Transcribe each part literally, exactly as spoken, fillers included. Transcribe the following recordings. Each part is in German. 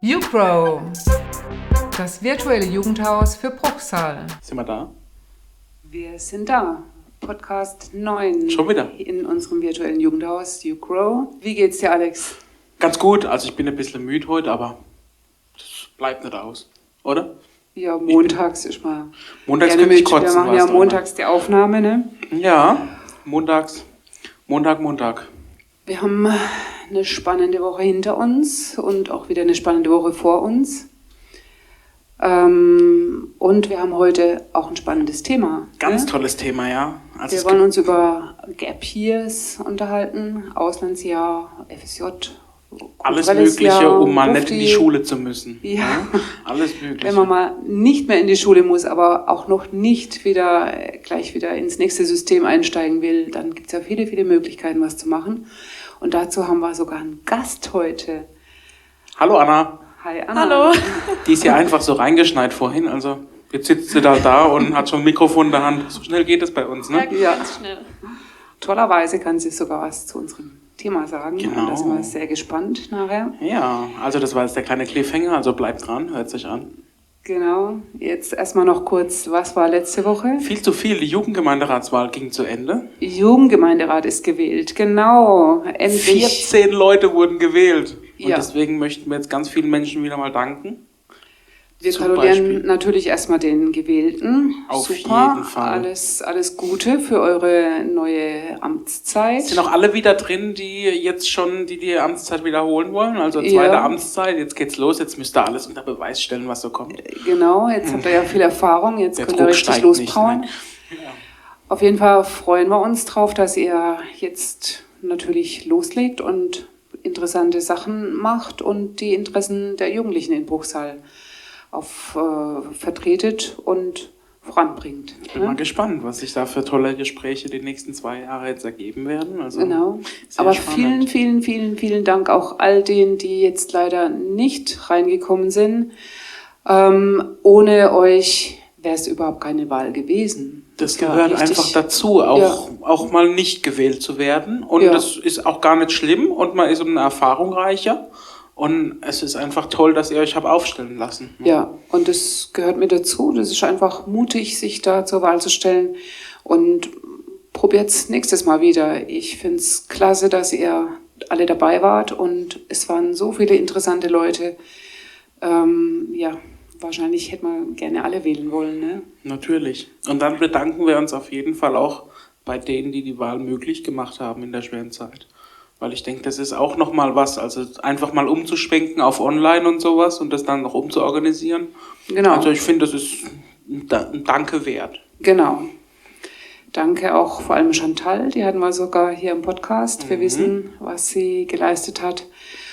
YouGrow, das virtuelle Jugendhaus für Bruchsal. Sind wir da? Wir sind da. Podcast neun. Schon wieder? In unserem virtuellen Jugendhaus YouGrow. Wie geht's dir, Alex? Ganz gut. Also ich bin ein bisschen müde heute, aber das bleibt nicht aus, oder? Ja, montags ist mal Montags gerne könnte ich mit. kotzen. Wir machen ja weißt du, montags die Aufnahme, ne? Ja, montags. Montag, Montag. Wir haben eine spannende Woche hinter uns und auch wieder eine spannende Woche vor uns. Ähm, und wir haben heute auch ein spannendes Thema. Ganz ne? tolles Thema, ja. Also Wir es wollen gibt uns über Gap Years unterhalten, Auslandsjahr, F S J, alles kulturelles Mögliche, Jahr, um mal nicht in die Bufti. Schule zu müssen. Ja. Alles Mögliche. Wenn man mal nicht mehr in die Schule muss, aber auch noch nicht wieder gleich wieder ins nächste System einsteigen will, dann gibt es ja viele, viele Möglichkeiten, was zu machen. Und dazu haben wir sogar einen Gast heute. Hallo Anna. Hi Anna. Hallo. Die ist ja einfach so reingeschneit vorhin, also jetzt sitzt sie da da und hat schon ein Mikrofon in der Hand. So schnell geht es bei uns, ne? Ja, Schnell. tollerweise kann sie sogar was zu unserem Thema sagen. Genau. Und da sind wir sehr gespannt nachher. Ja, also das war jetzt der kleine Cliffhanger, also bleibt dran, hört sich an. Genau. Jetzt erstmal noch kurz, was war letzte Woche? Viel zu viel, die Jugendgemeinderatswahl ging zu Ende. Jugendgemeinderat ist gewählt. Genau. Endlich. vierzehn Leute wurden gewählt. Und Ja. deswegen möchten wir jetzt ganz vielen Menschen wieder mal danken. Wir Zum gratulieren Beispiel. natürlich erstmal den Gewählten. Auf Super. jeden Fall. Alles, alles Gute für eure neue Amtszeit. Sind auch alle wieder drin, die jetzt schon die, die Amtszeit wiederholen wollen? Also zweite Ja. Amtszeit, jetzt geht's los, jetzt müsst ihr alles unter Beweis stellen, was so kommt. Genau, jetzt habt ihr ja viel Erfahrung, jetzt Der könnt ihr Druck richtig steigt lospowern. nicht, Auf jeden Fall freuen wir uns drauf, dass ihr jetzt natürlich loslegt und interessante Sachen macht und die Interessen der Jugendlichen in Bruchsal auf, äh, vertretet und voranbringt. Ich bin mal gespannt, was sich da für tolle Gespräche die nächsten zwei Jahre jetzt ergeben werden. Also Genau. sehr Aber spannend. vielen, vielen, vielen, vielen Dank auch all denen, die jetzt leider nicht reingekommen sind. Ähm, ohne euch wäre es überhaupt keine Wahl gewesen. Das war gehört richtig- einfach dazu, auch, auch mal nicht gewählt zu werden. Und Ja. das ist auch gar nicht schlimm und man ist eine Erfahrung reicher. Und es ist einfach toll, dass ihr euch habt aufstellen lassen. Ja, und das gehört mir dazu. Das ist einfach mutig, sich da zur Wahl zu stellen. Und probiert's nächstes Mal wieder. Ich find's klasse, dass ihr alle dabei wart. Und es waren so viele interessante Leute. Ähm, ja, wahrscheinlich hätte man gerne alle wählen wollen, ne? Natürlich. Und dann bedanken wir uns auf jeden Fall auch bei denen, die die Wahl möglich gemacht haben in der schweren Zeit. Weil ich denke, das ist auch nochmal was, also einfach mal umzuschwenken auf Online und sowas und das dann noch umzuorganisieren. Genau. Also ich finde, das ist ein Da- ein Danke wert. Genau. Danke auch vor allem Chantal, die hatten wir sogar hier im Podcast. Wir wissen, was sie geleistet hat.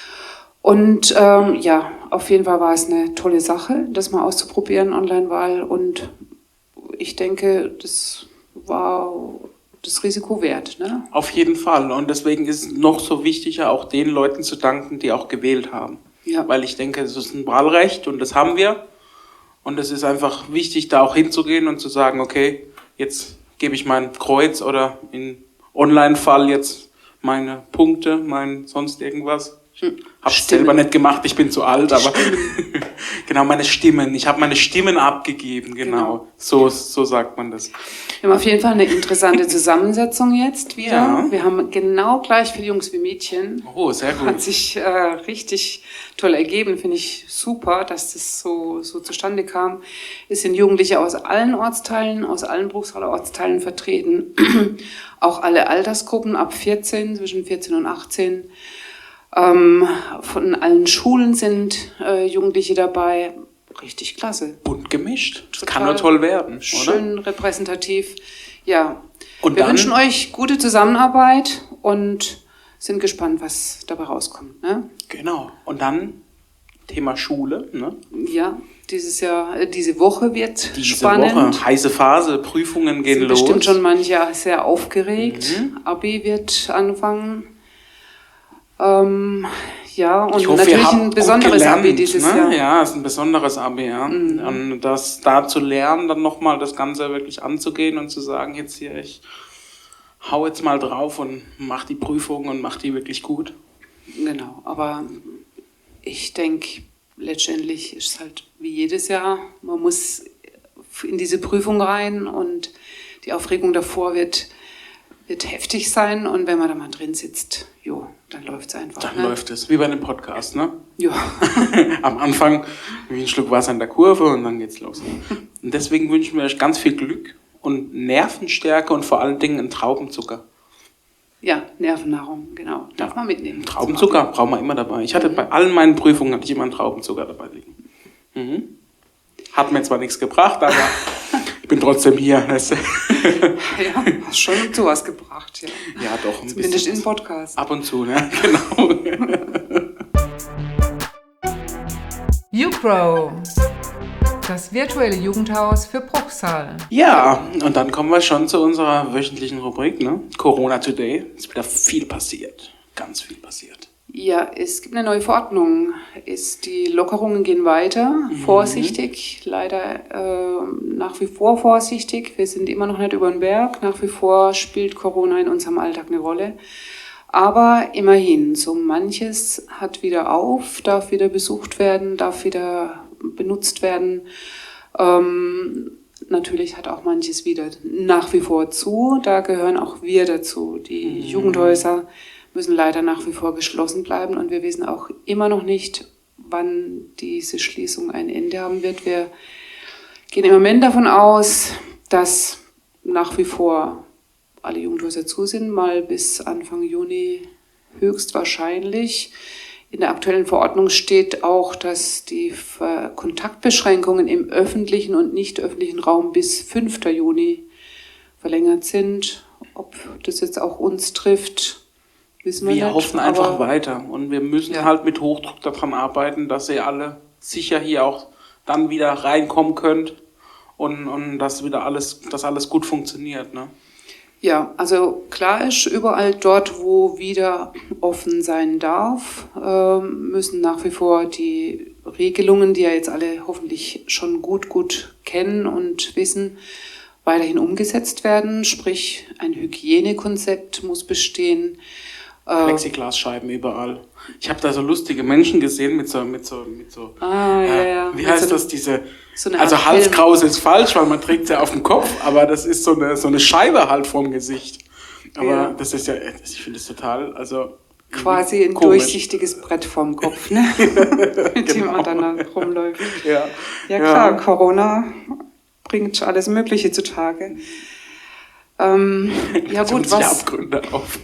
Und ähm, ja, auf jeden Fall war es eine tolle Sache, das mal auszuprobieren, Online-Wahl. Und ich denke, das war das Risiko wert. Ne? Auf jeden Fall. Und deswegen ist es noch so wichtiger, auch den Leuten zu danken, die auch gewählt haben. Ja. Weil ich denke, es ist ein Wahlrecht und das haben wir. Und es ist einfach wichtig, da auch hinzugehen und zu sagen, okay, jetzt gebe ich mein Kreuz oder in Online-Fall jetzt meine Punkte, mein sonst irgendwas. Ich habe es Stimmen. selber nicht gemacht, ich bin zu alt, aber genau, meine Stimmen. Ich habe meine Stimmen abgegeben, genau. Genau. So, so sagt man das. Wir haben auf jeden Fall eine interessante Zusammensetzung jetzt wieder. Ja. Wir haben genau gleich viele Jungs wie Mädchen. Oh, sehr gut. Hat sich äh, richtig toll ergeben, finde ich super, dass das so, so zustande kam. Es sind Jugendliche aus allen Ortsteilen, aus allen Bruchsaler Ortsteilen vertreten. Auch alle Altersgruppen ab vierzehn, zwischen vierzehn und achtzehn. Ähm, von allen Schulen sind äh, Jugendliche dabei. Richtig klasse. Bunt gemischt. Das Total kann nur toll werden, oder? Schön repräsentativ. Ja. Und Wir dann- wünschen euch gute Zusammenarbeit und sind gespannt, was dabei rauskommt. Ne? Genau. Und dann Thema Schule. Ne? Ja, dieses Jahr, äh, diese Woche wird Diese spannend. Woche, heiße Phase, Prüfungen gehen Sind los. bestimmt schon manche sehr aufgeregt. Mhm. Abi wird anfangen. Ähm, ja, und Ich hoffe, natürlich ihr habt ein gut besonderes gelernt, Abi dieses ne? Jahr. Ja, es ist ein besonderes Abi, ja. Mhm. Und das da zu lernen, dann nochmal das Ganze wirklich anzugehen und zu sagen, jetzt hier, ich hau jetzt mal drauf und mach die Prüfung und mach die wirklich gut. Genau, aber ich denke, letztendlich ist es halt wie jedes Jahr, man muss in diese Prüfung rein und die Aufregung davor wird, wird heftig sein und wenn man da mal drin sitzt, jo, dann läuft es einfach. Dann ne? läuft es, wie bei einem Podcast, ne? Ja. Am Anfang wie ein Schluck Wasser in der Kurve und dann geht's los. Und deswegen wünschen wir euch ganz viel Glück und Nervenstärke und vor allen Dingen einen Traubenzucker. Ja, Nervennahrung, genau. Darf man mitnehmen. Traubenzucker brauchen wir immer dabei. Ich hatte bei allen meinen Prüfungen hatte ich immer einen Traubenzucker dabei liegen. Mhm. Hat mir zwar nichts gebracht, aber ich bin trotzdem hier. Weißt du? Ja, hast schon zu was gebracht, ja. Ja, doch. Ein Zumindest bisschen im Podcast. Ab und zu, ne? Genau. YouGrow, das virtuelle Jugendhaus für Bruchsal. Ja, und dann kommen wir schon zu unserer wöchentlichen Rubrik, ne? Corona Today. Es ist wieder viel passiert. Ganz viel passiert. Ja, es gibt eine neue Verordnung. Ist, die Lockerungen gehen weiter, mhm. vorsichtig, leider äh, nach wie vor vorsichtig. Wir sind immer noch nicht über den Berg. Nach wie vor spielt Corona in unserem Alltag eine Rolle. Aber immerhin, so manches hat wieder auf, darf wieder besucht werden, darf wieder benutzt werden. Ähm, natürlich hat auch manches wieder nach wie vor zu. Da gehören auch wir dazu. Die mhm. Jugendhäuser müssen leider nach wie vor geschlossen bleiben und wir wissen auch immer noch nicht, wann diese Schließung ein Ende haben wird. Wir gehen im Moment davon aus, dass nach wie vor alle Jugendhäuser zu sind, mal bis Anfang Juni höchstwahrscheinlich. In der aktuellen Verordnung steht auch, dass die Kontaktbeschränkungen im öffentlichen und nicht öffentlichen Raum bis fünften Juni verlängert sind. Ob das jetzt auch uns trifft, wissen wir, wir nicht. Wir hoffen einfach weiter und wir müssen ja. halt mit Hochdruck daran arbeiten, dass ihr alle sicher hier auch dann wieder reinkommen könnt und, und dass wieder alles, dass alles gut funktioniert, ne? Ja, also klar ist, überall dort, wo wieder offen sein darf, müssen nach wie vor die Regelungen, die ja jetzt alle hoffentlich schon gut, gut kennen und wissen, weiterhin umgesetzt werden. Sprich, ein Hygienekonzept muss bestehen. Plexiglasscheiben überall. Ich habe da so lustige Menschen gesehen mit so, mit so, mit so. Ah, ja, ja. Wie mit heißt so das? Diese. So also Halskrause ist falsch, weil man trägt sie auf dem Kopf, aber das ist so eine, so eine Scheibe halt vorm Gesicht. Aber ja. das ist ja, ich finde es total, also. Quasi ein komisch. Durchsichtiges Brett vorm Kopf, ne? Mit genau. dem man dann rumläuft. Ja, ja klar, ja. Corona bringt alles Mögliche zutage. Ähm, ja gut, was, Abgründe auf.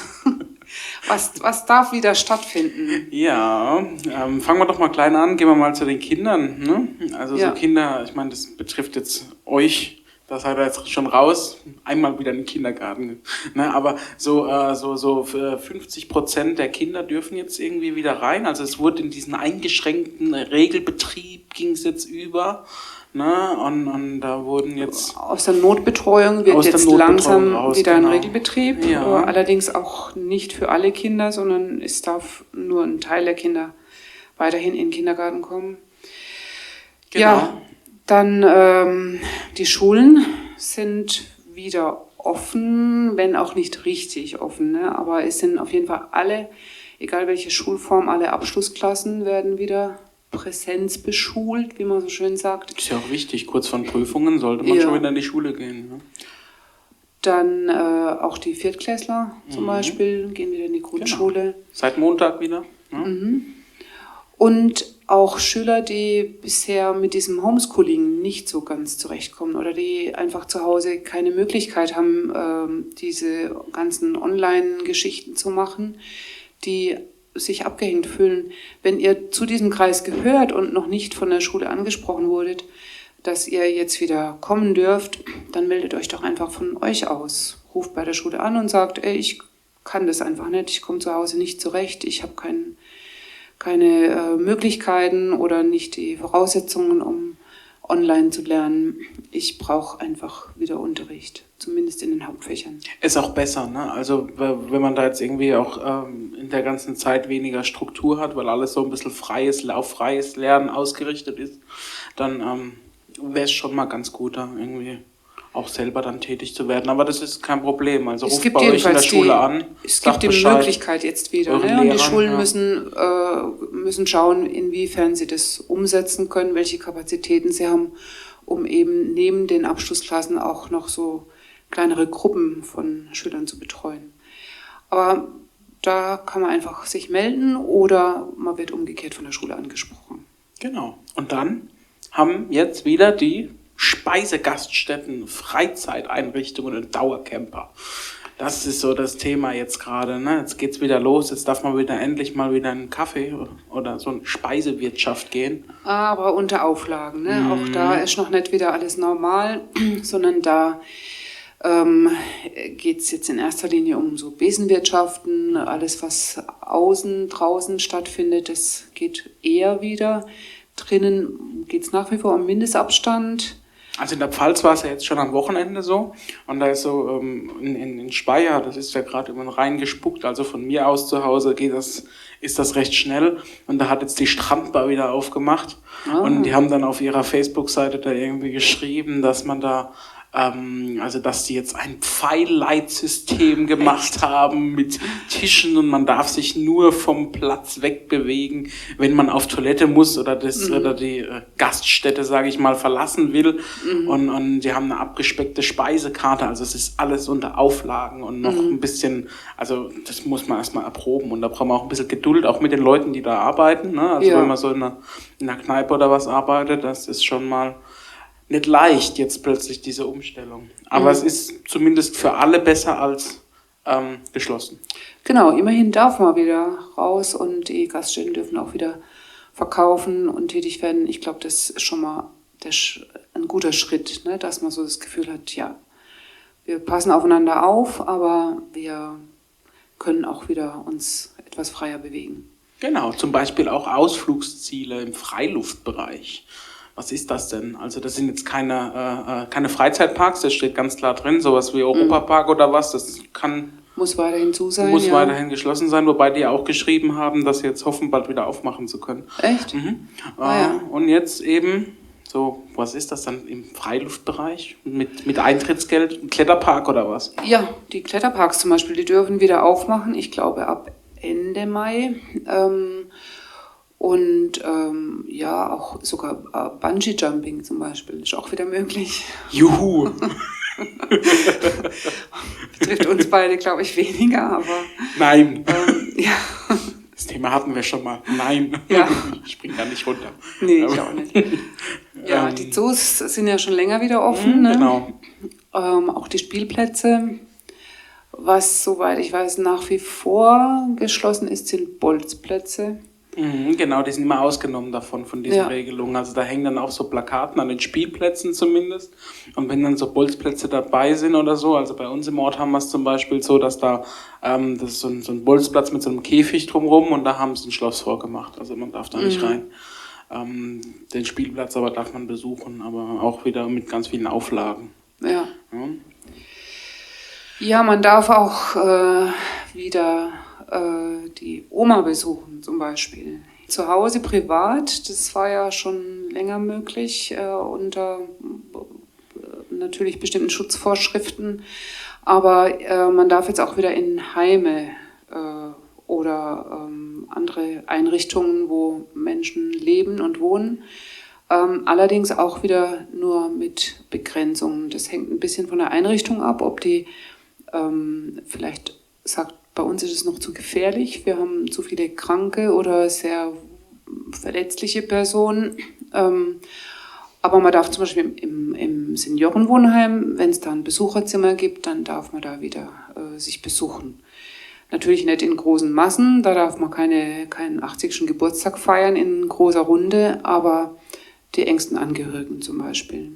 was, was darf wieder stattfinden? Ja, ähm, fangen wir doch mal klein an, gehen wir mal zu den Kindern. Ne? Also ja. so Kinder, ich meine, das betrifft jetzt euch, da seid ihr jetzt schon raus, einmal wieder in den Kindergarten. Ne? Aber so, äh, so, so fünfzig Prozent der Kinder dürfen jetzt irgendwie wieder rein. Also es wurde in diesen eingeschränkten Regelbetrieb, ging es jetzt über. Ne? Und, und da wurden jetzt... Aus der Notbetreuung wird jetzt Notbetreuung langsam raus, wieder genau. ein Regelbetrieb. Ja. Allerdings auch nicht für alle Kinder, sondern es darf nur ein Teil der Kinder weiterhin in den Kindergarten kommen. Genau. Ja, dann ähm, die Schulen sind wieder offen, wenn auch nicht richtig offen. Ne? Aber es sind auf jeden Fall alle, egal welche Schulform, alle Abschlussklassen werden wieder Präsenz beschult, wie man so schön sagt. Ist ja auch wichtig, kurz vor Prüfungen sollte man ja. schon wieder in die Schule gehen. Ne? Dann äh, auch die Viertklässler zum mhm. Beispiel gehen wieder in die Grundschule. Genau. Seit Montag wieder. Ja. Mhm. Und auch Schüler, die bisher mit diesem Homeschooling nicht so ganz zurechtkommen oder die einfach zu Hause keine Möglichkeit haben, äh, diese ganzen Online-Geschichten zu machen, die sich abgehängt fühlen. Wenn ihr zu diesem Kreis gehört und noch nicht von der Schule angesprochen wurdet, dass ihr jetzt wieder kommen dürft, dann meldet euch doch einfach von euch aus. Ruft bei der Schule an und sagt, ey, ich kann das einfach nicht, ich komme zu Hause nicht zurecht, ich habe kein, keine äh, Möglichkeiten oder nicht die Voraussetzungen, um online zu lernen. Ich brauche einfach wieder Unterricht, zumindest in den Hauptfächern. Ist auch besser, ne? Also wenn man da jetzt irgendwie auch ähm, in der ganzen Zeit weniger Struktur hat, weil alles so ein bisschen freies, auf freies Lernen ausgerichtet ist, dann ähm, wäre es schon mal ganz gut, da irgendwie auch selber dann tätig zu werden. Aber das ist kein Problem. Also Es ruft gibt bei euch in der jedenfalls Schule die, an. es sagt gibt die Bescheid. Möglichkeit jetzt wieder. Euren Ne? Und die Lehrern, Schulen ja. müssen, äh, müssen schauen, inwiefern sie das umsetzen können, welche Kapazitäten sie haben, um eben neben den Abschlussklassen auch noch so kleinere Gruppen von Schülern zu betreuen. Aber da kann man einfach sich melden oder man wird umgekehrt von der Schule angesprochen. Genau. Und dann haben jetzt wieder die Speisegaststätten, Freizeiteinrichtungen und Dauercamper. Das ist so das Thema jetzt gerade. Ne? Jetzt geht's wieder los. Jetzt darf man wieder endlich mal wieder in einen Kaffee oder so eine Speisewirtschaft gehen. Aber unter Auflagen. Ne? Mhm. Auch da ist noch nicht wieder alles normal, sondern da ähm, geht es jetzt in erster Linie um so Besenwirtschaften. Alles, was außen, draußen stattfindet, das geht eher wieder. Drinnen geht es nach wie vor um Mindestabstand. Also in der Pfalz war es ja jetzt schon am Wochenende so. Und da ist so ähm, in, in, in Speyer, das ist ja gerade immer reingespuckt. Also von mir aus zu Hause geht das, ist das recht schnell. Und da hat jetzt die Strandbar wieder aufgemacht. Ah. Und die haben dann auf ihrer Facebook-Seite da irgendwie geschrieben, dass man da Ähm, also dass die jetzt ein Pfeilleitsystem gemacht Echt? haben mit Tischen und man darf sich nur vom Platz wegbewegen, wenn man auf Toilette muss oder das mhm. oder die äh, Gaststätte, sage ich mal, verlassen will. Mhm. Und, und die haben eine abgespeckte Speisekarte, also es ist alles unter Auflagen und noch mhm. ein bisschen, also das muss man erstmal erproben und da braucht man auch ein bisschen Geduld, auch mit den Leuten, die da arbeiten. Ne? Also ja. wenn man so in einer, in einer Kneipe oder was arbeitet, das ist schon mal nicht leicht jetzt plötzlich diese Umstellung. Aber mhm. es ist zumindest für alle besser als ähm, geschlossen. Genau, immerhin darf man wieder raus und die Gaststätten dürfen auch wieder verkaufen und tätig werden. Ich glaube, das ist schon mal der, ein guter Schritt, ne? Dass man so das Gefühl hat, ja, wir passen aufeinander auf, aber wir können auch wieder uns etwas freier bewegen. Genau, zum Beispiel auch Ausflugsziele im Freiluftbereich. Was ist das denn? Also das sind jetzt keine, äh, keine Freizeitparks, das steht ganz klar drin, sowas wie Europapark mhm. oder was, das kann... Muss weiterhin zu sein, Muss ja. weiterhin geschlossen sein, wobei die auch geschrieben haben, dass sie jetzt hoffen, bald wieder aufmachen zu können. Echt? Mhm. Ah, äh, ja. Und jetzt eben, so, was ist das dann im Freiluftbereich? Mit, mit Eintrittsgeld? Ein Kletterpark oder was? Ja, die Kletterparks zum Beispiel, die dürfen wieder aufmachen, ich glaube ab Ende Mai. Ähm, Und ähm, ja, auch sogar äh, Bungee-Jumping zum Beispiel ist auch wieder möglich. Juhu! Betrifft uns beide, glaube ich, weniger, aber... Nein! Ähm, ja. Das Thema hatten wir schon mal. Nein! Ja. Ich spring da nicht runter. Nee, ich auch nicht. Ja, die Zoos sind ja schon länger wieder offen. Ne? Genau. Ähm, auch die Spielplätze. Was, soweit ich weiß, nach wie vor geschlossen ist, sind Bolzplätze. Mhm, genau, die sind immer ausgenommen davon, von diesen ja. Regelungen. Also da hängen dann auch so Plakaten an den Spielplätzen zumindest. Und wenn dann so Bolzplätze dabei sind oder so, also bei uns im Ort haben wir es zum Beispiel so, dass da, ähm, das ist so ein, so ein Bolzplatz mit so einem Käfig drumherum und da haben sie ein Schloss vorgemacht. Also man darf da nicht mhm. rein. Ähm, den Spielplatz aber darf man besuchen, aber auch wieder mit ganz vielen Auflagen. Ja. Ja, ja man darf auch äh, wieder... die Oma besuchen zum Beispiel. Zu Hause privat, das war ja schon länger möglich, äh, unter äh, natürlich bestimmten Schutzvorschriften, aber äh, man darf jetzt auch wieder in Heime äh, oder ähm, andere Einrichtungen, wo Menschen leben und wohnen, ähm, allerdings auch wieder nur mit Begrenzungen. Das hängt ein bisschen von der Einrichtung ab, ob die ähm, vielleicht sagt, bei uns ist es noch zu gefährlich. Wir haben zu viele kranke oder sehr verletzliche Personen. Ähm, aber man darf zum Beispiel im, im Seniorenwohnheim, wenn es da ein Besucherzimmer gibt, dann darf man da wieder äh, sich besuchen. Natürlich nicht in großen Massen, da darf man keine, keinen achtzigsten Geburtstag feiern in großer Runde, aber die engsten Angehörigen zum Beispiel.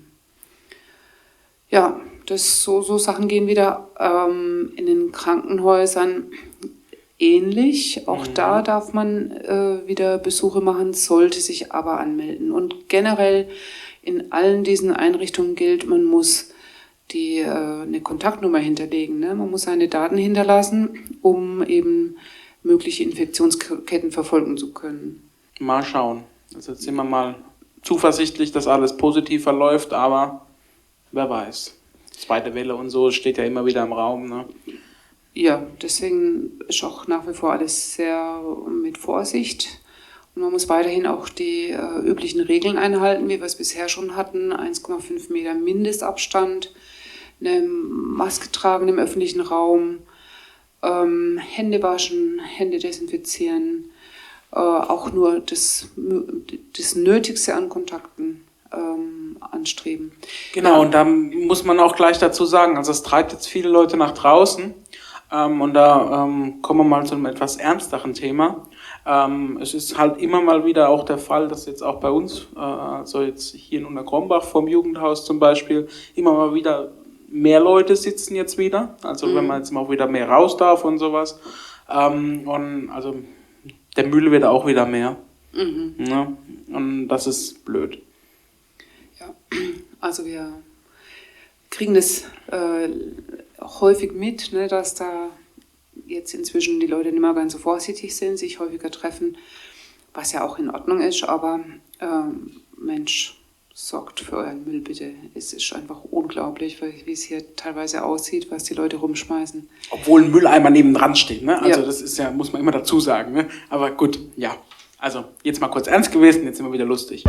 Ja, das, so, so Sachen gehen wieder ähm, in den Krankenhäusern ähnlich. Auch mhm. da darf man äh, wieder Besuche machen, sollte sich aber anmelden. Und generell in allen diesen Einrichtungen gilt, man muss die, äh, eine Kontaktnummer hinterlegen. Ne? Man muss seine Daten hinterlassen, um eben mögliche Infektionsketten verfolgen zu können. Mal schauen. Also jetzt sind wir mal zuversichtlich, dass alles positiv verläuft, aber wer weiß. zweite Welle und so steht ja immer wieder im Raum. Ne? Ja, deswegen ist auch nach wie vor alles sehr mit Vorsicht. Und man muss weiterhin auch die äh, üblichen Regeln einhalten, wie wir es bisher schon hatten. eins Komma fünf Meter Mindestabstand, eine Maske tragen im öffentlichen Raum, ähm, Hände waschen, Hände desinfizieren, äh, auch nur das, das Nötigste an Kontakten ähm, anstreben. Genau, ja. Und da muss man auch gleich dazu sagen, also es treibt jetzt viele Leute nach draußen. Ähm, und da ähm, kommen wir mal zu einem etwas ernsteren Thema. Ähm, es ist halt immer mal wieder auch der Fall, dass jetzt auch bei uns, äh, also jetzt hier in Unterkrombach vom Jugendhaus zum Beispiel, immer mal wieder mehr Leute sitzen jetzt wieder. Also mhm. wenn man jetzt mal wieder mehr raus darf und sowas. Ähm, und also der Müll wird auch wieder mehr. Mhm. Ja, und das ist blöd. Ja, also wir kriegen das äh, häufig mit, ne, dass da jetzt inzwischen die Leute nicht mehr ganz so vorsichtig sind, sich häufiger treffen, was ja auch in Ordnung ist, aber ähm, Mensch, sorgt für euren Müll bitte. Es ist einfach unglaublich, wie es hier teilweise aussieht, was die Leute rumschmeißen. Obwohl ein Mülleimer nebendran steht, ne? Also ja. das ist ja, muss man immer dazu sagen, ne? Aber gut, ja. Also jetzt mal kurz ernst gewesen, jetzt sind wir wieder lustig.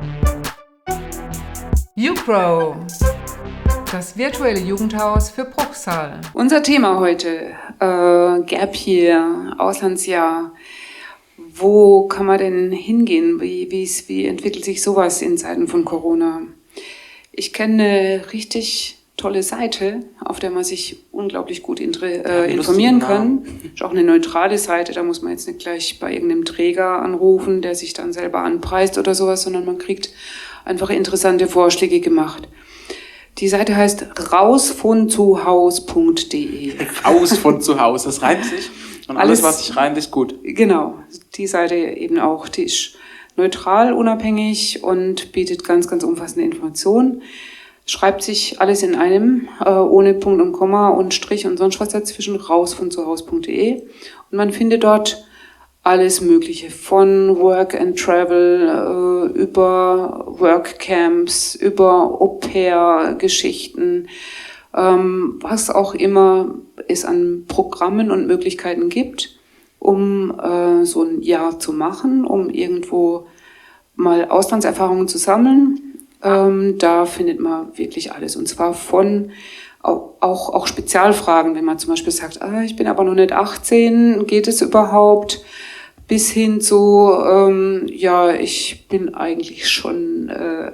YouGrow, das virtuelle Jugendhaus für Bruchsal. Unser Thema heute, äh, Gap Year, Auslandsjahr. Wo kann man denn hingehen? Wie, wie, wie entwickelt sich sowas in Zeiten von Corona? Ich kenne eine richtig tolle Seite, auf der man sich unglaublich gut intre, äh, informieren kann. Ist auch eine neutrale Seite, da muss man jetzt nicht gleich bei irgendeinem Träger anrufen, der sich dann selber anpreist oder sowas, sondern man kriegt einfach interessante Vorschläge gemacht. Die Seite heißt raus von zu haus punkt de. Raus von zu Hause, das reimt sich. Und alles, alles was sich reimt, ist gut. Genau, die Seite eben auch, die ist neutral, unabhängig und bietet ganz, ganz umfassende Informationen. Schreibt sich alles in einem, äh, ohne Punkt und Komma und Strich und sonst was dazwischen, raus von zu haus punkt de. Und man findet dort alles Mögliche, von Work and Travel, äh, über Workcamps, über Au-pair-Geschichten, ähm, was auch immer es an Programmen und Möglichkeiten gibt, um äh, so ein Jahr zu machen, um irgendwo mal Auslandserfahrungen zu sammeln. Ähm, da findet man wirklich alles. Und zwar von auch, auch, auch Spezialfragen, wenn man zum Beispiel sagt, ah, ich bin aber noch nicht achtzehn, geht es überhaupt? Bis hin zu, ähm, ja, ich bin eigentlich schon äh,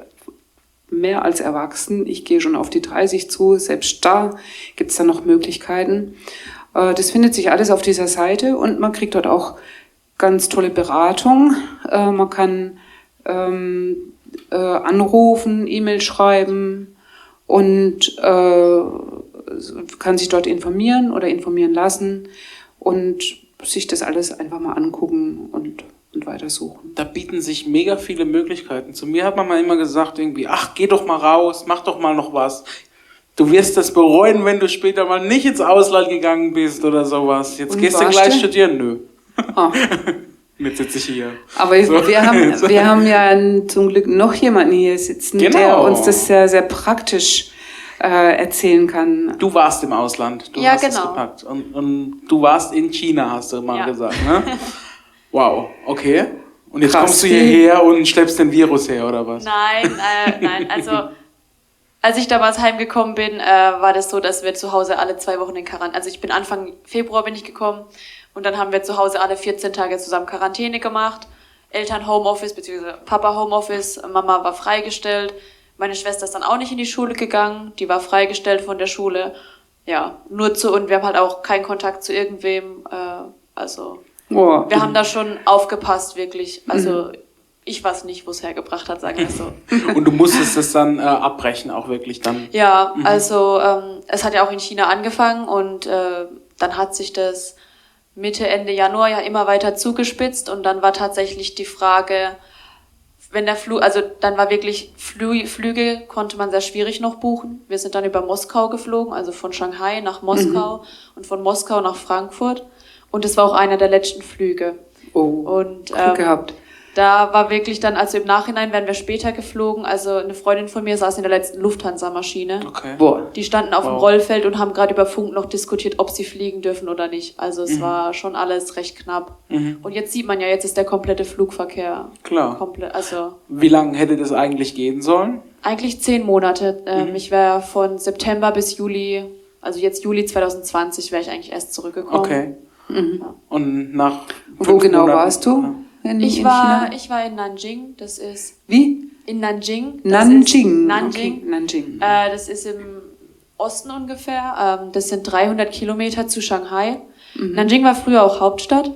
mehr als erwachsen, ich gehe schon auf die dreißig zu, selbst da gibt es dann noch Möglichkeiten. Äh, das findet sich alles auf dieser Seite und man kriegt dort auch ganz tolle Beratung. Äh, man kann ähm, äh, anrufen, E-Mail schreiben und äh, kann sich dort informieren oder informieren lassen und sich das alles einfach mal angucken und, und weitersuchen. Da bieten sich mega viele Möglichkeiten. Zu mir hat man mal immer gesagt, irgendwie, ach, geh doch mal raus, mach doch mal noch was. Du wirst das bereuen, wenn du später mal nicht ins Ausland gegangen bist oder sowas. Jetzt und gehst du gleich studieren. Nö. Ah. Jetzt sitze ich hier. Aber so. wir, haben, wir haben ja zum Glück noch jemanden hier sitzen, genau. der uns das sehr, sehr praktisch Äh, erzählen kann. Du warst im Ausland, du ja, hast genau. es gepackt. Und, und du warst in China, hast du mal ja. gesagt, ne? Wow, okay. Und jetzt Krass. kommst du hierher und schleppst den Virus her, oder was? Nein, äh, nein, also als ich damals heimgekommen bin, äh, war das so, dass wir zu Hause alle zwei Wochen in Quarantäne, also ich bin Anfang Februar bin ich gekommen und dann haben wir zu Hause alle vierzehn Tage zusammen Quarantäne gemacht. Eltern Homeoffice, beziehungsweise Papa Homeoffice, Mama war freigestellt. Meine Schwester ist dann auch nicht in die Schule gegangen, die war freigestellt von der Schule. Ja, nur zu, und wir haben halt auch keinen Kontakt zu irgendwem, äh, also oh. wir haben da schon aufgepasst, wirklich. Also mhm. ich weiß nicht, wo es hergebracht hat, sagen wir so. Und du musstest das dann äh, abbrechen, auch wirklich dann? Ja, mhm. also ähm, es hat ja auch in China angefangen und äh, dann hat sich das Mitte, Ende Januar ja immer weiter zugespitzt und dann war tatsächlich die Frage, wenn der Flug, also dann war wirklich Flü- Flüge konnte man sehr schwierig noch buchen. Wir sind dann über Moskau geflogen, also von Shanghai nach Moskau mhm. und von Moskau nach Frankfurt. Und es war auch einer der letzten Flüge. Oh, und, Glück ähm, gehabt. Da war wirklich dann, also im Nachhinein wären wir später geflogen, also eine Freundin von mir saß in der letzten Lufthansa-Maschine. Okay. Boah. Die standen auf Wow. dem Rollfeld und haben gerade über Funk noch diskutiert, ob sie fliegen dürfen oder nicht. Also es Mhm. war schon alles recht knapp. Mhm. Und jetzt sieht man ja, jetzt ist der komplette Flugverkehr Klar. komplett, also Wie lange hätte das eigentlich gehen sollen? eigentlich zehn Monate. Ähm, Mhm. Ich wäre von September bis Juli, also jetzt Juli zwanzig zwanzig wäre ich eigentlich erst zurückgekommen. Okay. Mhm. Und nach Wo fünf genau Monaten- warst du? In, Ich in war, China? ich war in Nanjing, das ist Wie? in Nanjing. Das Nanjing. Ist Nanjing. Okay. Nanjing. Äh, das ist im Osten ungefähr. Ähm, das sind dreihundert Kilometer zu Shanghai. Mhm. Nanjing war früher auch Hauptstadt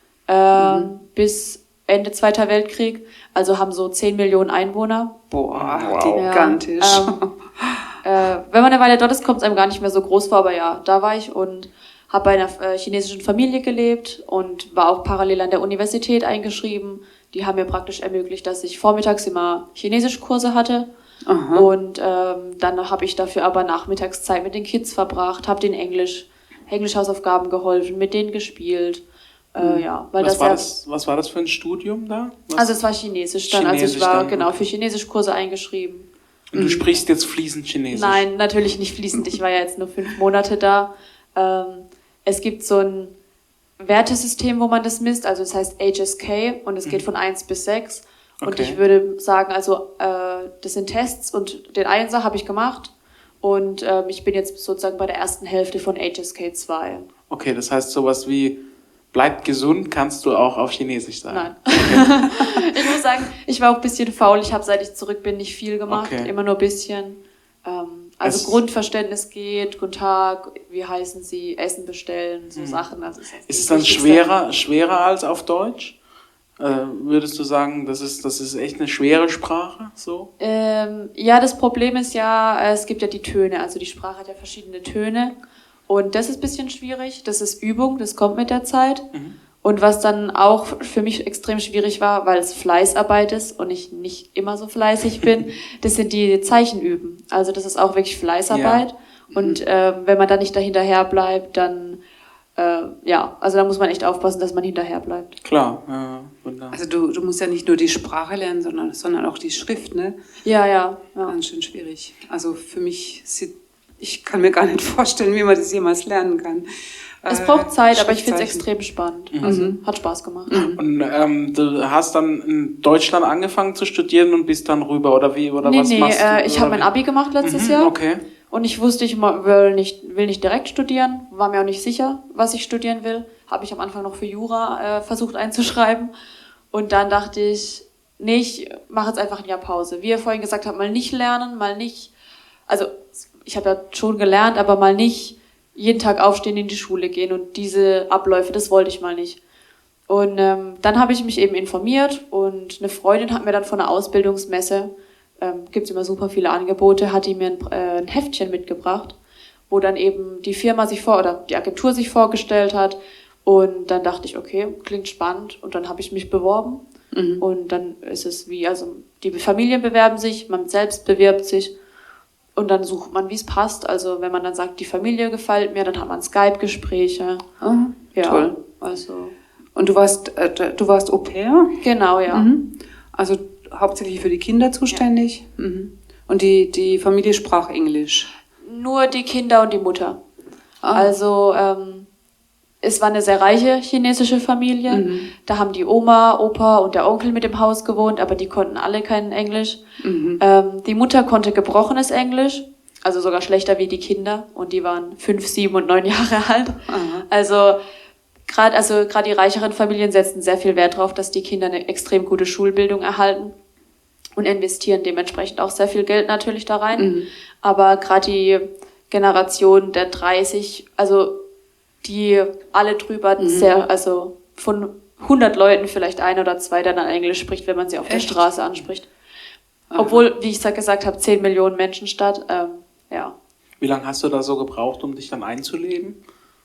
ähm, bis Ende Zweiter Weltkrieg. Also haben so zehn Millionen Einwohner. Boah, Wow. gigantisch. Ja, ähm, äh, wenn man eine Weile dort ist, kommt es einem gar nicht mehr so groß vor. Aber ja, da war ich und habe bei einer äh, chinesischen Familie gelebt und war auch parallel an der Universität eingeschrieben. Die haben mir praktisch ermöglicht, dass ich vormittags immer Chinesischkurse hatte. Aha. Und ähm, dann habe ich dafür aber nachmittags Zeit mit den Kids verbracht, habe denen Englisch, Englischhausaufgaben geholfen, mit denen gespielt. Äh, ja, weil was, das war ja, das, was war das für ein Studium da? Was? also es war Chinesisch dann, also Chinesisch ich war dann, genau okay. für Chinesischkurse eingeschrieben. Und du sprichst jetzt fließend Chinesisch? Nein, natürlich nicht fließend. Ich war ja jetzt nur fünf Monate da. Ähm, es gibt so ein Wertesystem, wo man das misst. Also es heißt H S K und es geht von eins bis sechs. Und Okay. ich würde sagen, also äh, das sind Tests und den Einser habe ich gemacht. Und ähm, ich bin jetzt sozusagen bei der ersten Hälfte von H S K zwei. Okay, das heißt sowas wie, bleib gesund, kannst du auch auf Chinesisch sagen? Nein. Ich muss sagen, ich war auch ein bisschen faul. Ich habe, seit ich zurück bin, nicht viel gemacht. Okay. Immer nur ein bisschen. Ähm, also Es- Grundverständnis geht, guten Tag, wie heißen Sie, Essen bestellen, so Sachen. Also ist, jetzt Ist es nicht dann das Wichtigste. schwerer, schwerer als auf Deutsch? Äh, würdest du sagen, das ist, das ist echt eine schwere Sprache? So? Ähm, ja, das Problem ist ja, äh, es gibt ja die Töne. Also die Sprache hat ja verschiedene Töne. Und das ist ein bisschen schwierig. Das ist Übung, das kommt mit der Zeit. Mhm. Und was dann auch für mich extrem schwierig war, weil es Fleißarbeit ist und ich nicht immer so fleißig bin, das sind die Zeichenüben. Also das ist auch wirklich Fleißarbeit. Ja. Und äh, wenn man da nicht dahinterher bleibt, dann, äh, ja, also da muss man echt aufpassen, dass man hinterher bleibt. Klar. Äh, wunderbar. Also du, du musst ja nicht nur die Sprache lernen, sondern, sondern auch die Schrift, ne? Ja, ja, ja. Ganz schön schwierig. Also für mich, sieht, ich kann mir gar nicht vorstellen, wie man das jemals lernen kann. Es Äh, braucht Zeit, aber ich finde es Schriftzeichen. extrem spannend. Also hat Spaß gemacht. Und ähm, du hast dann in Deutschland angefangen zu studieren und bist dann rüber, oder wie? Oder nee, was nee, machst du? äh, ich Oder habe mein wie? Abi gemacht letztes Mhm, Jahr. Okay. Und ich wusste, ich mo- will nicht, will nicht direkt studieren, war mir auch nicht sicher, was ich studieren will. Habe ich am Anfang noch für Jura äh, versucht einzuschreiben. Und dann dachte ich, nee, ich mache jetzt einfach ein Jahr Pause. Wie ihr vorhin gesagt habt, mal nicht lernen, mal nicht, also ich habe ja schon gelernt, aber mal nicht jeden Tag aufstehen, in die Schule gehen und diese Abläufe, das wollte ich mal nicht. Und ähm, dann habe ich mich eben informiert und eine Freundin hat mir dann von einer Ausbildungsmesse, ähm, gibt es immer super viele Angebote, hat die mir ein, äh, ein Heftchen mitgebracht, wo dann eben die Firma sich vor, oder die Agentur sich vorgestellt hat. Und dann dachte ich, okay, klingt spannend. Und dann habe ich mich beworben. Mhm. Und dann ist es wie, also die Familien bewerben sich, man selbst bewirbt sich. Und dann sucht man, wie es passt. Also wenn man dann sagt, die Familie gefällt mir, dann hat man Skype-Gespräche. Ah, Ja, toll. also Und du warst, äh, du warst Au pair? genau, ja. Mhm. Also hauptsächlich für die Kinder zuständig? Mhm. Und die, die Familie sprach Englisch? Nur die Kinder und die Mutter. Ah. Also ähm, es war eine sehr reiche chinesische Familie. Mhm. Da haben die Oma, Opa und der Onkel mit im Haus gewohnt, aber die konnten alle kein Englisch. Mhm. Ähm, die Mutter konnte gebrochenes Englisch, also sogar schlechter wie die Kinder. Und die waren fünf, sieben und neun Jahre alt. Aha. Also gerade also gerade die reicheren Familien setzen sehr viel Wert darauf, dass die Kinder eine extrem gute Schulbildung erhalten und investieren dementsprechend auch sehr viel Geld natürlich da rein. Mhm. Aber gerade die Generation der dreißig, also die alle drüber Mhm. sehr, also von hundert Leuten vielleicht ein oder zwei, der dann Englisch spricht, wenn man sie auf der Echt? Straße anspricht. Aha. Obwohl, wie ich sa- gesagt habe, zehn Millionen Menschen statt. Ähm, ja. Wie lange hast du da so gebraucht, um dich dann einzuleben?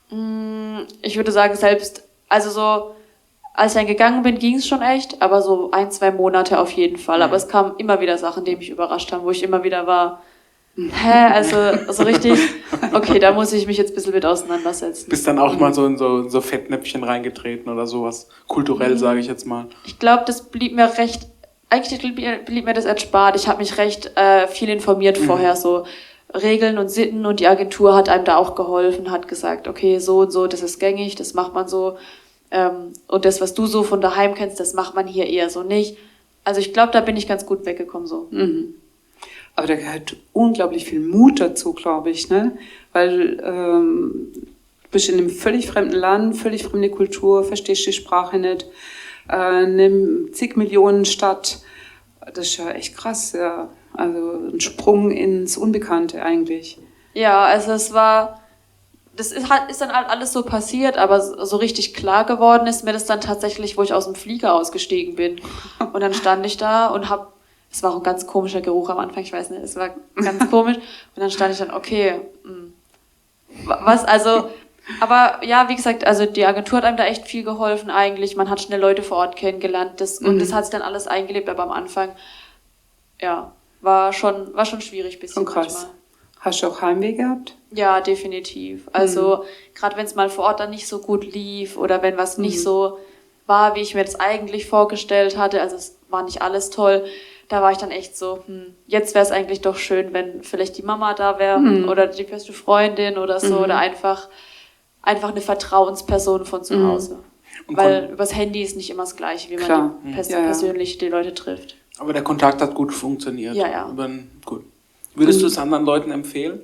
Ich würde sagen, selbst, also so, als ich dann gegangen bin, ging es schon echt, aber so ein, zwei Monate auf jeden Fall. Mhm. Aber es kamen immer wieder Sachen, die mich überrascht haben, wo ich immer wieder war, Hä, also so richtig, okay, da muss ich mich jetzt ein bisschen mit auseinandersetzen. Bist dann auch mal so in so, so Fettnäpfchen reingetreten oder sowas, kulturell, sage ich jetzt mal. Ich glaube, das blieb mir recht, eigentlich blieb, blieb mir das erspart. Ich habe mich recht äh, viel informiert mhm. vorher, so Regeln und Sitten, und die Agentur hat einem da auch geholfen, hat gesagt, okay, so und so, das ist gängig, das macht man so. Ähm, und das, was du so von daheim kennst, das macht man hier eher so nicht. Also ich glaube, da bin ich ganz gut weggekommen so. Mhm. Aber da gehört unglaublich viel Mut dazu, glaube ich, ne? Weil ähm, du bist in einem völlig fremden Land, völlig fremde Kultur, verstehst die Sprache nicht, äh, eine zig Millionen Stadt. Das ist ja echt krass, ja. Also ein Sprung ins Unbekannte eigentlich. Ja, also es war, das ist, ist dann alles so passiert, aber so richtig klar geworden ist mir das dann tatsächlich, wo ich aus dem Flieger ausgestiegen bin. Und dann stand ich da und hab, es war auch ein ganz komischer Geruch am Anfang, ich weiß nicht, es war ganz komisch. Und dann stand ich dann, okay, mh, was, also, aber ja, wie gesagt, also die Agentur hat einem da echt viel geholfen eigentlich. Man hat schnell Leute vor Ort kennengelernt, das, und mhm. das hat sich dann alles eingelebt, aber am Anfang, ja, war schon, war schon schwierig ein bisschen und krass. Manchmal. Hast du auch Heimweh gehabt? Ja, definitiv. Also mhm. gerade wenn es mal vor Ort dann nicht so gut lief oder wenn was nicht mhm. so war, wie ich mir das eigentlich vorgestellt hatte, also es war nicht alles toll, da war ich dann echt so, hm, jetzt wäre es eigentlich doch schön, wenn vielleicht die Mama da wäre mhm. oder die beste Freundin oder so, mhm. oder einfach, einfach eine Vertrauensperson von zu Hause. Mhm. Weil übers Handy ist nicht immer das Gleiche, wie man Klar. die pers- ja, ja. persönlich die Leute trifft. Aber der Kontakt hat gut funktioniert. Ja, ja. Aber, gut. Würdest du es anderen Leuten empfehlen?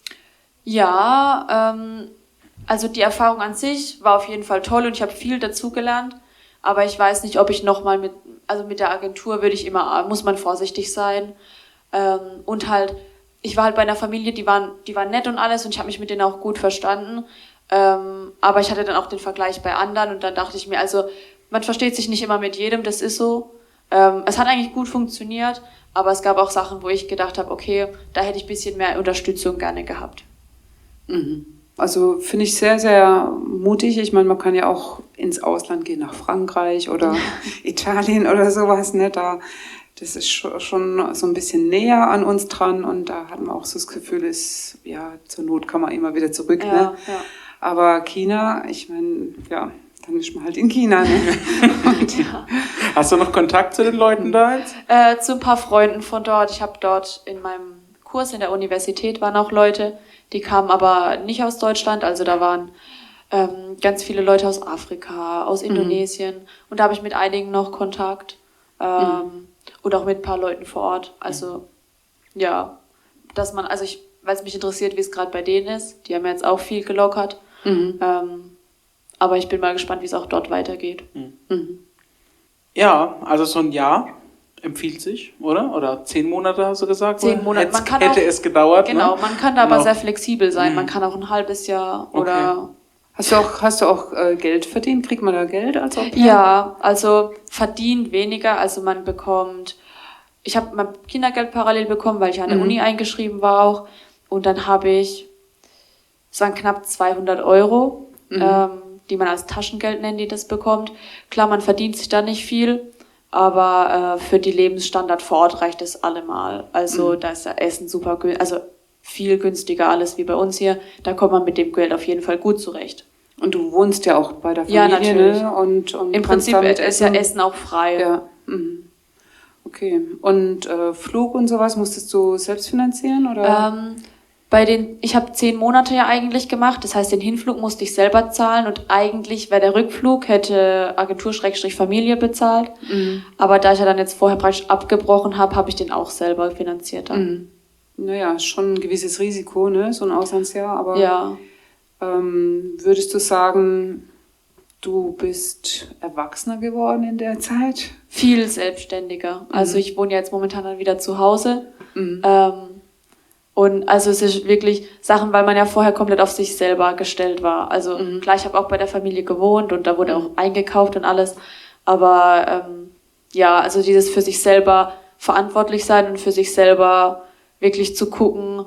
Ja, ähm, also die Erfahrung an sich war auf jeden Fall toll und ich habe viel dazugelernt, aber ich weiß nicht, ob ich nochmal mit, also mit der Agentur würde ich immer, muss man vorsichtig sein, ähm, und halt, ich war halt bei einer Familie, die waren, die waren nett und alles und ich habe mich mit denen auch gut verstanden, ähm, aber ich hatte dann auch den Vergleich bei anderen und dann dachte ich mir, also man versteht sich nicht immer mit jedem, das ist so, ähm, es hat eigentlich gut funktioniert, aber es gab auch Sachen, wo ich gedacht habe, okay, da hätte ich ein bisschen mehr Unterstützung gerne gehabt. Mhm. Also finde ich sehr, sehr mutig. Ich meine, man kann ja auch ins Ausland gehen, nach Frankreich oder Italien oder sowas. Ne? Da, das ist schon so ein bisschen näher an uns dran und da hat man auch so das Gefühl, ist, ja, zur Not kann man immer wieder zurück. Ja, ne? ja. Aber China, ich meine, ja, dann ist man halt in China. Ne? Und, Ja. Hast du noch Kontakt zu den Leuten da jetzt? Äh, zu ein paar Freunden von dort. Ich habe dort in meinem Kurs in der Universität waren auch Leute, die kamen aber nicht aus Deutschland. Also da waren ähm, ganz viele Leute aus Afrika, aus Indonesien. Mhm. Und da habe ich mit einigen noch Kontakt. Ähm, mhm. Und auch mit ein paar Leuten vor Ort. Also mhm. ja, dass man, also ich, weil es mich interessiert, wie es gerade bei denen ist. Die haben ja jetzt auch viel gelockert. Mhm. Ähm, aber ich bin mal gespannt, wie es auch dort weitergeht. Mhm. Mhm. Ja, also so ein Jahr empfiehlt sich, oder? Oder zehn Monate hast du gesagt? Zehn Monate. Hätte, Man kann hätte auch, es gedauert. Genau, ne? man kann da aber Genau. sehr flexibel sein. Mhm. Man kann auch ein halbes Jahr oder... Okay. Hast du auch, hast du auch äh, Geld verdient? Kriegt man da Geld als Au pair? Ja, also verdient weniger. Also man bekommt... Ich habe mein Kindergeld parallel bekommen, weil ich an der Mhm. Uni eingeschrieben war auch. Und dann habe ich... Es waren knapp zweihundert Euro, Mhm. ähm, die man als Taschengeld nennt, die das bekommt. Klar, man verdient sich da nicht viel, aber äh, für die Lebensstandard vor Ort reicht es allemal. Also Mhm. da ist das Essen super günstig, also viel günstiger alles wie bei uns hier. Da kommt man mit dem Geld auf jeden Fall gut zurecht. Und du wohnst ja auch bei der Ja, Familie, natürlich. ne? Und, und Im kannst Prinzip damit ist ja Essen auch frei. Ja. Mhm. Okay. Und äh, Flug und sowas musstest du selbst finanzieren, oder? Ähm, bei den, ich habe zehn Monate ja eigentlich gemacht, das heißt, den Hinflug musste ich selber zahlen und eigentlich wäre der Rückflug, hätte Agentur-Familie bezahlt. Mhm. Aber da ich ja dann jetzt vorher praktisch abgebrochen habe, habe ich den auch selber finanziert dann. Mhm. Naja, ist schon ein gewisses Risiko, ne? So ein Auslandsjahr, aber Ja. ähm, würdest du sagen, du bist erwachsener geworden in der Zeit? Viel selbstständiger. Also ich wohne ja jetzt momentan dann wieder zu Hause. Mhm. Ähm, und also es ist wirklich Sachen, weil man ja vorher komplett auf sich selber gestellt war. Also Mhm. klar, ich habe auch bei der Familie gewohnt und da wurde Mhm. auch eingekauft und alles. Aber ähm, ja, also dieses für sich selber verantwortlich sein und für sich selber wirklich zu gucken,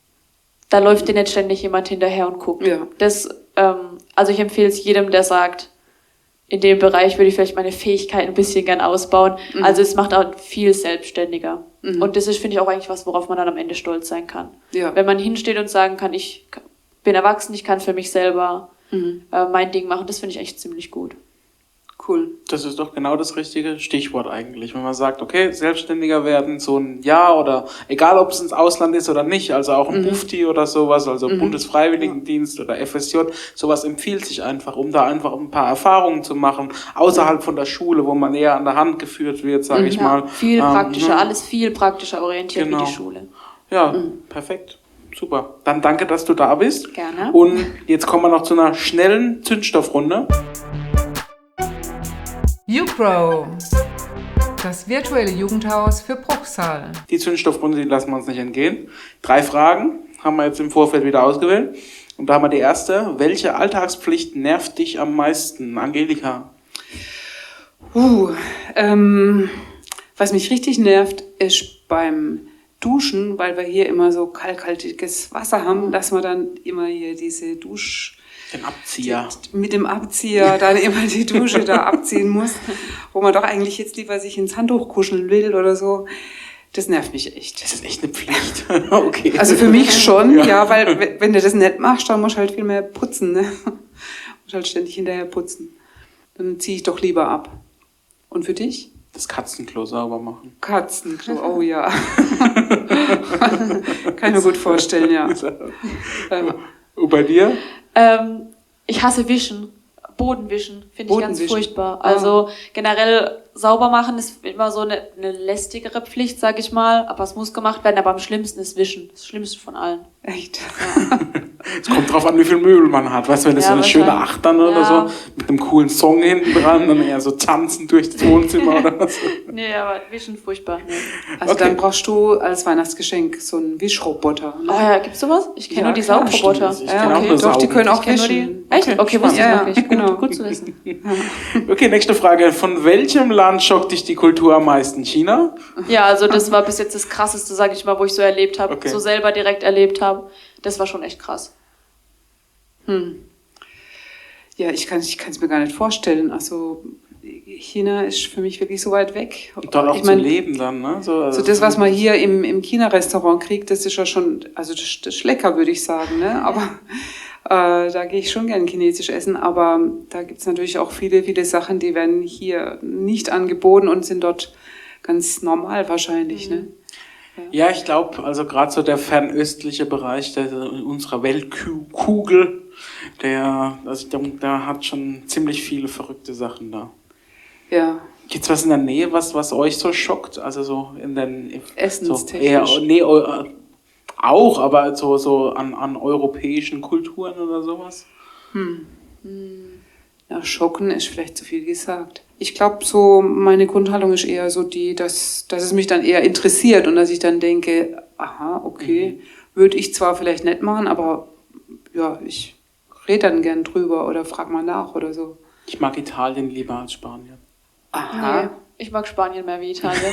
da läuft dir nicht ständig jemand hinterher und guckt. Ja. Das, ähm, also ich empfehle es jedem, der sagt, in dem Bereich würde ich vielleicht meine Fähigkeiten ein bisschen gern ausbauen. Mhm. Also es macht auch viel selbstständiger. Mhm. Und das ist, finde ich, auch eigentlich was, worauf man dann am Ende stolz sein kann. Ja. Wenn man hinsteht und sagen kann, ich bin erwachsen, ich kann für mich selber Mhm. äh, mein Ding machen, das finde ich echt ziemlich gut. Cool. Das ist doch genau das richtige Stichwort eigentlich. Wenn man sagt, okay, selbstständiger werden, so ein Jahr oder egal, ob es ins Ausland ist oder nicht, also auch ein Mhm. Bufti oder sowas, also Mhm. Bundesfreiwilligendienst oder F S J, sowas empfiehlt sich einfach, um da einfach ein paar Erfahrungen zu machen, außerhalb von der Schule, wo man eher an der Hand geführt wird, sage ich Ja, mal. viel Ähm, praktischer, ne? alles viel praktischer orientiert Genau. wie die Schule. Ja, perfekt. Super. Dann danke, dass du da bist. Gerne. Und jetzt kommen wir noch zu einer schnellen Zündstoffrunde. YouGrow, das virtuelle Jugendhaus für Bruchsal. Die Zündstoffrunde, die lassen wir uns nicht entgehen. Drei Fragen haben wir jetzt im Vorfeld wieder ausgewählt. Und da haben wir die erste. Welche Alltagspflicht nervt dich am meisten, Angelika? Uh, ähm, was mich richtig nervt, ist beim Duschen, weil wir hier immer so kalkhaltiges Wasser haben, dass man dann immer hier diese Dusch... Den Abzieher. mit dem Abzieher dann immer die Dusche da abziehen muss, wo man doch eigentlich jetzt lieber sich ins Handtuch kuscheln will oder so. Das nervt mich echt. Das ist echt eine Pflicht. Okay. Also für mich schon, Ja. ja, weil w- wenn du das nicht machst, dann musst du halt viel mehr putzen, ne? Musst halt ständig hinterher putzen. Dann ziehe ich doch lieber ab. Und für dich? Das Katzenklo sauber machen. Katzenklo, oh ja. Kann ich mir gut vorstellen, ja. Ähm, Und bei dir? Ähm, ich hasse Wischen. Bodenwischen finde ich ganz Bodenwischen. furchtbar. Also generell sauber machen ist immer so eine, eine lästigere Pflicht, sag ich mal. Aber es muss gemacht werden. Aber am schlimmsten ist Wischen. Das Schlimmste von allen. Echt. Es kommt drauf an, wie viel Möbel man hat. Weißt du, wenn das Ja, so eine schöne wahrscheinlich. Achtern oder Ja. so, mit einem coolen Song hinten dran, dann eher so tanzen durch das Wohnzimmer oder so. Nee, aber Wischen furchtbar. Nee. Also Okay. dann brauchst du als Weihnachtsgeschenk so einen Wischroboter. Oh Ne? ja, gibt's sowas? Ich kenne Ja, nur die klar, Saugroboter. stimmt. Ich Ja, kenn auch okay, nur doch, die Saugen. können auch Ich kenn nur wischen. die. Echt? Okay, Okay, wusste ich spannend. noch nicht. Ja, ja, genau. Gut, gut zu wissen. Okay, nächste Frage. Von welchem Land schockt dich die Kultur am meisten? China? Ja, also das war bis jetzt das Krasseste, sag ich mal, wo ich so erlebt habe, Okay. so selber direkt erlebt habe. Das war schon echt krass. Hm. Ja, ich kann es mir gar nicht vorstellen. Also China ist für mich wirklich so weit weg. Und dort auch ich zu mein, leben dann, ne? So, also So das, was man hier im, im China-Restaurant kriegt, das ist ja schon, also das, das Schlecker, würde ich sagen, ne? Aber äh, da gehe ich schon gern chinesisch essen, aber da gibt's natürlich auch viele, viele Sachen, die werden hier nicht angeboten und sind dort ganz normal wahrscheinlich, ne? Ja, ich glaube, also gerade so der fernöstliche Bereich der, unserer Weltkugel, der, also ich denke, da hat schon ziemlich viele verrückte Sachen da. Ja, Gibt's was in der Nähe, was, was euch so schockt? Also so in den... So essenstechnisch. eher, nee, eu- auch, aber so, so an, an europäischen Kulturen oder sowas? Ja, schocken ist vielleicht zu viel gesagt. Ich glaube, so meine Grundhaltung ist eher so die, dass, dass es mich dann eher interessiert und dass ich dann denke, aha, okay, würde ich zwar vielleicht nicht machen, aber ja, ich rede dann gern drüber oder frag mal nach oder so. Ich mag Italien lieber als Spanien. Aha, Nee, ich mag Spanien mehr wie Italien.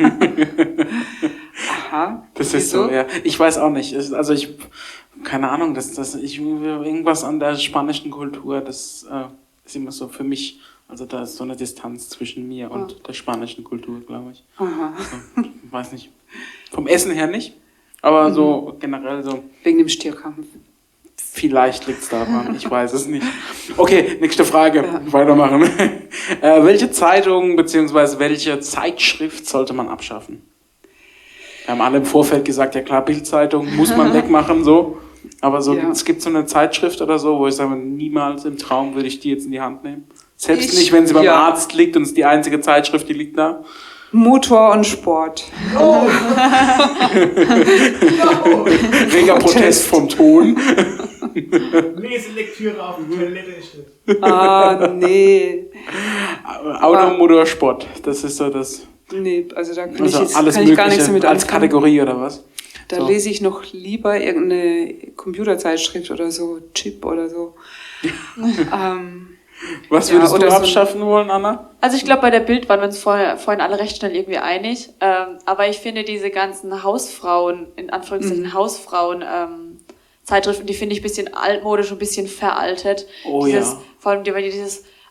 aha. Das ist Wieso? so, ja. Ich weiß auch nicht. Es- Also ich, keine Ahnung, das, das, ich, irgendwas an der spanischen Kultur, das äh, ist immer so für mich, also da ist so eine Distanz zwischen mir und der spanischen Kultur, glaube ich. Aha. So, ich weiß nicht. Vom Essen her nicht, aber so generell so, Wegen dem Stierkampf. vielleicht liegt's daran, ich weiß es nicht. Okay, nächste Frage, Ja. weitermachen. äh, welche Zeitung bzw. welche Zeitschrift sollte man abschaffen? Wir haben alle im Vorfeld gesagt, ja klar, Bildzeitung muss man wegmachen, so. Aber so, Ja. es gibt so eine Zeitschrift oder so, wo ich sage, niemals im Traum würde ich die jetzt in die Hand nehmen. Selbst Ich- nicht, wenn sie beim ja. Arzt liegt und es ist die einzige Zeitschrift, die liegt da. Motor und Sport. Reger Protest vom Ton. Leselektüre auf der Toilette ist das. Ah, nee. Auto, Motor, Sport. Das ist so das. Nee, also da kann Also ich jetzt alles kann ich gar nichts Mögliche damit als anfangen. Kategorie oder was? Da So. lese ich noch lieber irgendeine Computerzeitschrift oder so, Chip oder so. ähm, Was Ja, würdest oder du so ein- abschaffen wollen, Anna? Also ich glaube, bei der Bild waren wir uns vorher, vorhin alle recht schnell irgendwie einig. Ähm, aber ich finde diese ganzen Hausfrauen, in Anführungszeichen Mhm. Hausfrauen, ähm, Zeitschriften, die finde ich ein bisschen altmodisch und ein bisschen veraltet. Oh dieses, ja. Vor allem die- dieses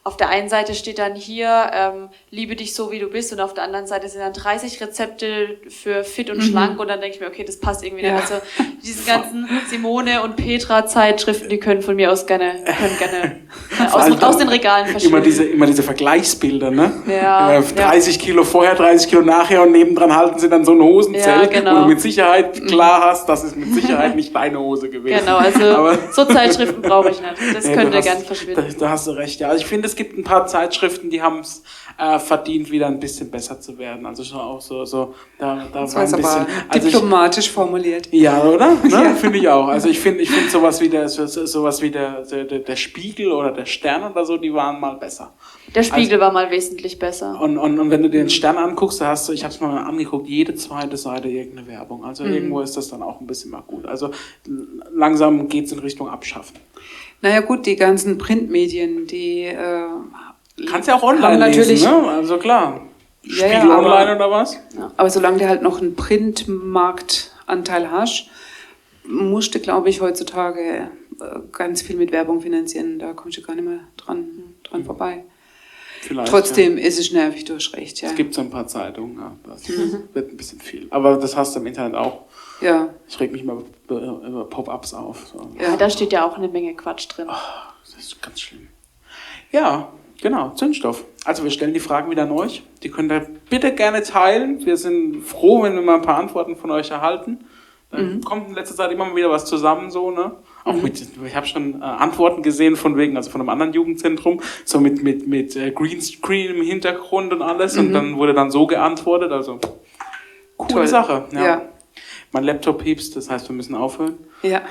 auf der einen Seite steht dann hier, ähm, liebe dich so, wie du bist, und auf der anderen Seite sind dann dreißig Rezepte für fit und schlank, und dann denke ich mir, okay, das passt irgendwie Ja. nicht. Also diese ganzen Simone und Petra Zeitschriften, die können von mir aus gerne, können gerne äh, aus, allem aus den Regalen verschwinden. Immer diese, immer diese Vergleichsbilder, ne? Ja, Äh, dreißig Kilo vorher, dreißig Kilo nachher, und nebendran halten sie dann so ein Hosenzelt, Ja, genau. wo du mit Sicherheit klar hast, das ist mit Sicherheit nicht deine Hose gewesen. Genau, also Aber so Zeitschriften brauche ich nicht. Das Ja, könnte du hast- gern verschwinden. Da, da hast du recht, ja. Also ich finde, es gibt ein paar Zeitschriften, die haben es äh, verdient, wieder ein bisschen besser zu werden. Also schon auch so, so da, da Das war war ein aber bisschen. Also ich, diplomatisch formuliert. ja, oder? Ne? Ja. Finde ich auch. Also ich finde, ich finde sowas wie der, so, sowas wie der, der, der Spiegel oder der Stern oder so, die waren mal besser. Der Spiegel war mal wesentlich besser. Und, und, und wenn du dir den Stern anguckst, da hast du, ich habe es mal angeguckt, jede zweite Seite irgendeine Werbung. Also Mhm. irgendwo ist das dann auch ein bisschen mal gut. Also l- langsam geht's in Richtung Abschaffen. Naja gut, die ganzen Printmedien, die äh, Kannst ja auch online haben natürlich, lesen, ne? Also klar. Ja, Spiegel ja, aber- online oder was? Ja, aber solange du halt noch einen Printmarktanteil hast, musst du, glaube ich, heutzutage äh, ganz viel mit Werbung finanzieren. Da kommst du gar nicht mehr dran, dran vorbei. Vielleicht, Trotzdem ist es nervig, du hast recht. Ja. Ja. Es gibt so ein paar Zeitungen, ja. Das wird ein bisschen viel. Aber das hast du im Internet auch. Ja. Ich reg mich mal über, über Pop-ups auf. So. Ja, Ja. da steht ja auch eine Menge Quatsch drin. Das ist ganz schlimm. Ja, genau, Zündstoff. Also wir stellen die Fragen wieder an euch. Die könnt ihr bitte gerne teilen. Wir sind froh, wenn wir mal ein paar Antworten von euch erhalten. Dann Mhm. kommt in letzter Zeit immer mal wieder was zusammen, so, ne? Auch mit, ich habe schon äh, Antworten gesehen von wegen, also von einem anderen Jugendzentrum, so mit, mit, mit äh, Greenscreen im Hintergrund und alles. Und dann wurde dann so geantwortet, also coole Toll. Sache. Ja. Ja. Mein Laptop piepst, das heißt, wir müssen aufhören. Ja.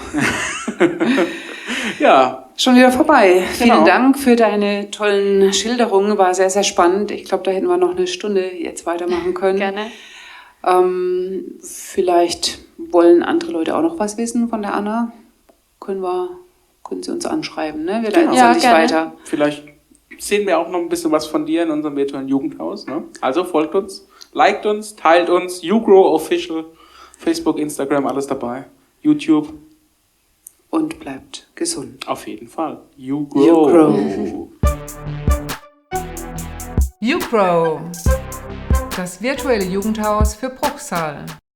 Ja, Schon wieder vorbei. Genau. Vielen Dank für deine tollen Schilderungen. War sehr, sehr spannend. Ich glaube, da hätten wir noch eine Stunde jetzt weitermachen können. Gerne. Ähm, vielleicht wollen andere Leute auch noch was wissen von der Anna. Können wir, können sie uns anschreiben, ne? Wir leiten Genau. es Ja, an dich gerne. weiter. vielleicht sehen wir auch noch ein bisschen was von dir in unserem virtuellen Jugendhaus. Ne? Also folgt uns, liked uns, teilt uns, YouGrow Official, Facebook, Instagram, alles dabei. YouTube, Und bleibt gesund. auf jeden Fall. You YouGrow. grow. YouGrow, das virtuelle Jugendhaus für Bruchsal.